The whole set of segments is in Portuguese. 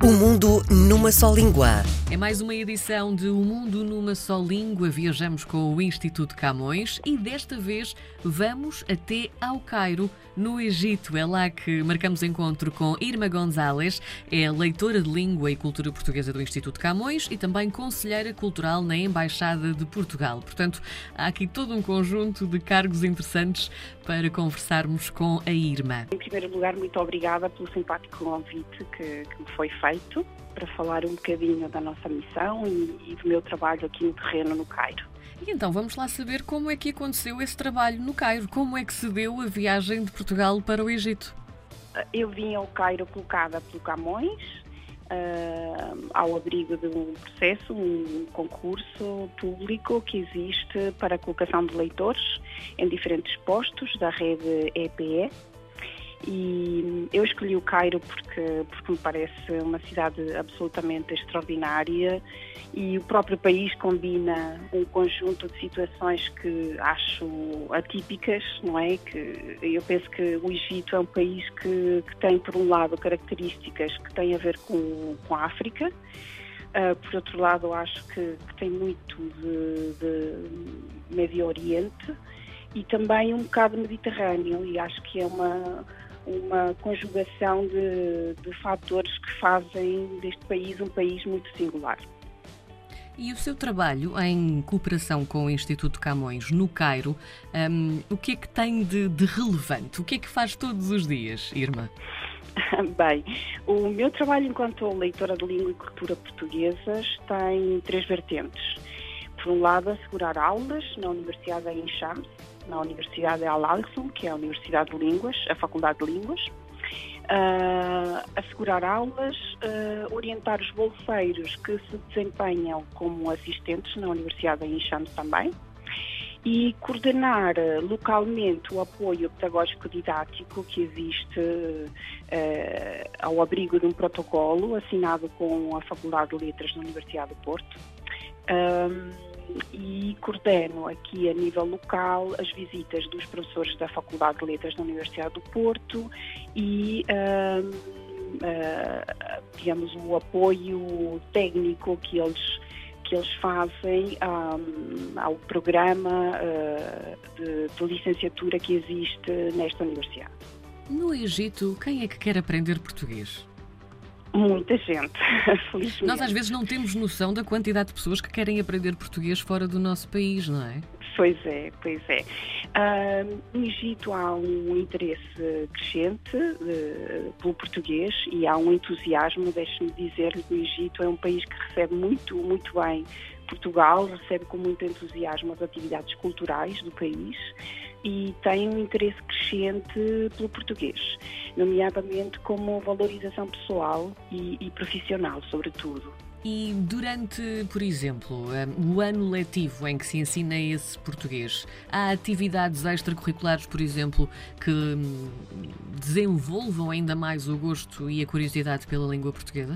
O mundo numa só língua. É mais uma edição de O Mundo numa Só Língua. Viajamos com o Instituto Camões e desta vez vamos até ao Cairo, no Egito. É lá que marcamos encontro com Irma Gonzalez, é leitora de Língua e Cultura Portuguesa do Instituto Camões e também conselheira cultural na Embaixada de Portugal. Portanto, há aqui todo um conjunto de cargos interessantes para conversarmos com a Irma. Em primeiro lugar, muito obrigada pelo simpático convite que me foi feito para falar um bocadinho da nossa missão e do meu trabalho aqui no terreno no Cairo. E então vamos lá saber como é que aconteceu esse trabalho no Cairo, como é que se deu a viagem de Portugal para o Egito. Eu vim ao Cairo colocada pelo Camões, ao abrigo de um processo, um concurso público que existe para a colocação de leitores em diferentes postos da rede EPE. E eu escolhi o Cairo porque me parece uma cidade absolutamente extraordinária e o próprio país combina um conjunto de situações que acho atípicas, não é? Que eu penso que o Egito é um país que tem, por um lado, características que têm a ver com a África. Por outro lado, eu acho que tem muito de Médio Oriente e também um bocado Mediterrâneo, e acho que é uma conjugação de fatores que fazem deste país um país muito singular. E o seu trabalho em cooperação com o Instituto Camões no Cairo, o que é que tem de relevante? O que é que faz todos os dias, Irma? Bem, o meu trabalho enquanto leitora de língua e cultura portuguesas tem três vertentes. Por um lado, assegurar aulas na Universidade Ain Shams, na Universidade Al-Alson, que é a Universidade de Línguas, a Faculdade de Línguas, assegurar aulas, orientar os bolseiros que se desempenham como assistentes na Universidade Ain Shams também, e coordenar localmente o apoio pedagógico-didático que existe ao abrigo de um protocolo assinado com a Faculdade de Letras da Universidade do Porto. E coordeno aqui a nível local as visitas dos professores da Faculdade de Letras da Universidade do Porto e digamos, o apoio técnico que eles fazem ao programa de licenciatura que existe nesta universidade. No Egito, quem é que quer aprender português? Muita gente, felizmente. Nós às vezes não temos noção da quantidade de pessoas que querem aprender português fora do nosso país, não é? Pois é. No Egito há um interesse crescente pelo português e há um entusiasmo. Deixe-me dizer-lhe que o Egito é um país que recebe muito, muito bem Portugal, recebe com muito entusiasmo as atividades culturais do país e tem um interesse crescente pelo português, nomeadamente como valorização pessoal e profissional, sobretudo. E durante, por exemplo, o ano letivo em que se ensina esse português, há atividades extracurriculares, por exemplo, que desenvolvam ainda mais o gosto e a curiosidade pela língua portuguesa?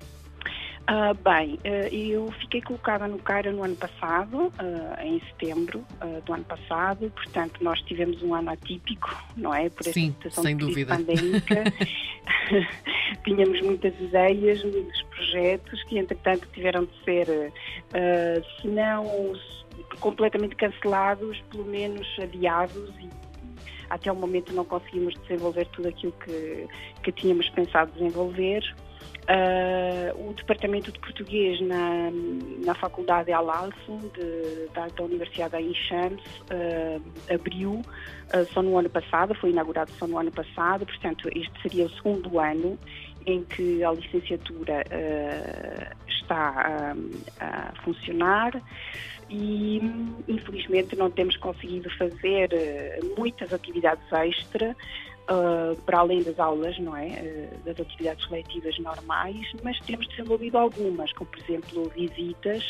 Eu fiquei colocada no Cairo no ano passado, em setembro do ano passado, portanto nós tivemos um ano atípico, não é? Por esta situação sem de crise dúvida. pandémica. Tínhamos muitas ideias, muitos projetos que entretanto tiveram de ser, se não completamente cancelados, pelo menos adiados e até o momento não conseguimos desenvolver tudo aquilo que tínhamos pensado desenvolver. O Departamento de Português na Faculdade Al-Alson da Universidade Ain Shams abriu só no ano passado, foi inaugurado só no ano passado, portanto este seria o segundo ano em que a licenciatura está a funcionar e infelizmente não temos conseguido fazer muitas atividades extra para além das aulas, não é? Das atividades letivas normais, mas temos desenvolvido algumas, como por exemplo visitas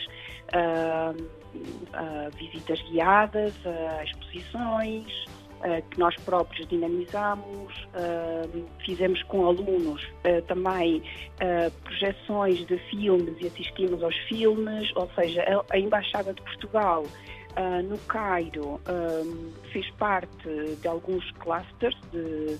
guiadas a exposições, que nós próprios dinamizamos, fizemos com alunos também projeções de filmes e assistimos aos filmes, ou seja, a Embaixada de Portugal no Cairo fez parte de alguns clusters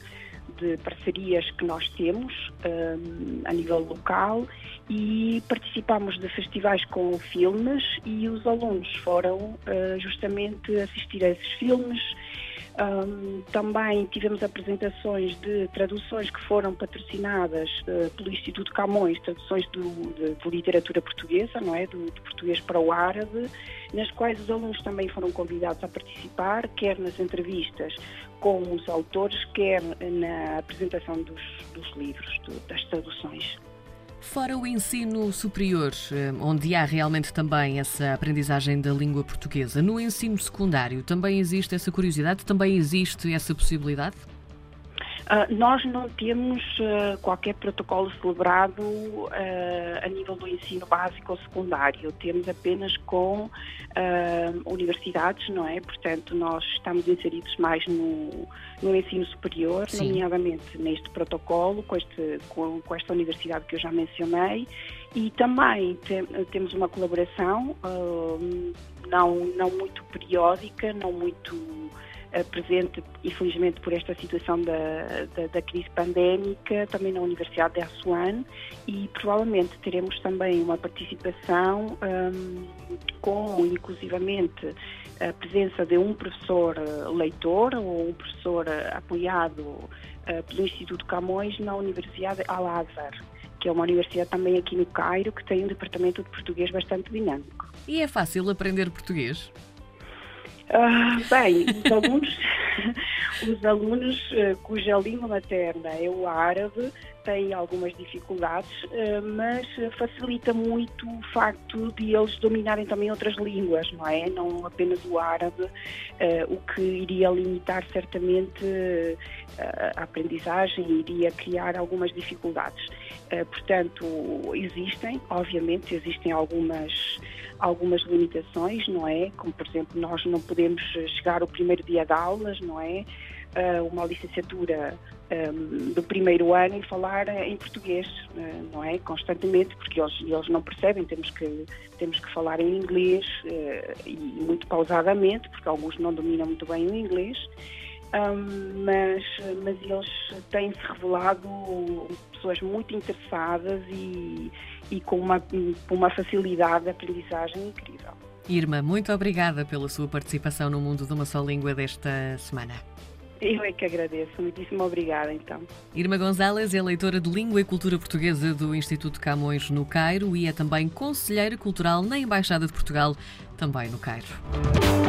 de parcerias que nós temos a nível local e participamos de festivais com filmes e os alunos foram justamente assistir a esses filmes. Também tivemos apresentações de traduções que foram patrocinadas pelo Instituto Camões, traduções de literatura portuguesa, não é? Do português para o árabe, nas quais os alunos também foram convidados a participar, quer nas entrevistas com os autores, quer na apresentação dos livros, das traduções. Fora o ensino superior, onde há realmente também essa aprendizagem da língua portuguesa, no ensino secundário também existe essa curiosidade? Também existe essa possibilidade? Nós não temos qualquer protocolo celebrado a nível do ensino básico ou secundário. Temos apenas com universidades, não é? Portanto, nós estamos inseridos mais no ensino superior, sim, nomeadamente neste protocolo, com esta universidade que eu já mencionei. E também temos uma colaboração não muito periódica, não muito presente, infelizmente, por esta situação da crise pandémica, também na Universidade de Assuan, e provavelmente teremos também uma participação com, inclusivamente, a presença de um professor leitor ou um professor apoiado pelo Instituto Camões na Universidade Al-Azhar, que é uma universidade também aqui no Cairo, que tem um departamento de português bastante dinâmico. E é fácil aprender português? Bem, os alunos cuja língua materna é o árabe têm algumas dificuldades, mas facilita muito o facto de eles dominarem também outras línguas, não é? Não apenas o árabe, o que iria limitar certamente a aprendizagem, iria criar algumas dificuldades. Portanto, obviamente existem algumas limitações, não é? Como, por exemplo, nós não podemos chegar ao primeiro dia de aulas, não é? Uma licenciatura do primeiro ano e falar em português, não é? Constantemente, porque eles não percebem, temos que falar em inglês e muito pausadamente, porque alguns não dominam muito bem o inglês. Mas eles têm-se revelado pessoas muito interessadas e com uma facilidade de aprendizagem incrível. Irma, muito obrigada pela sua participação no Mundo de uma Só Língua desta semana. Eu é que agradeço. Muitíssimo obrigada, então. Irma Gonzalez é leitora de Língua e Cultura Portuguesa do Instituto Camões no Cairo e é também conselheira cultural na Embaixada de Portugal, também no Cairo.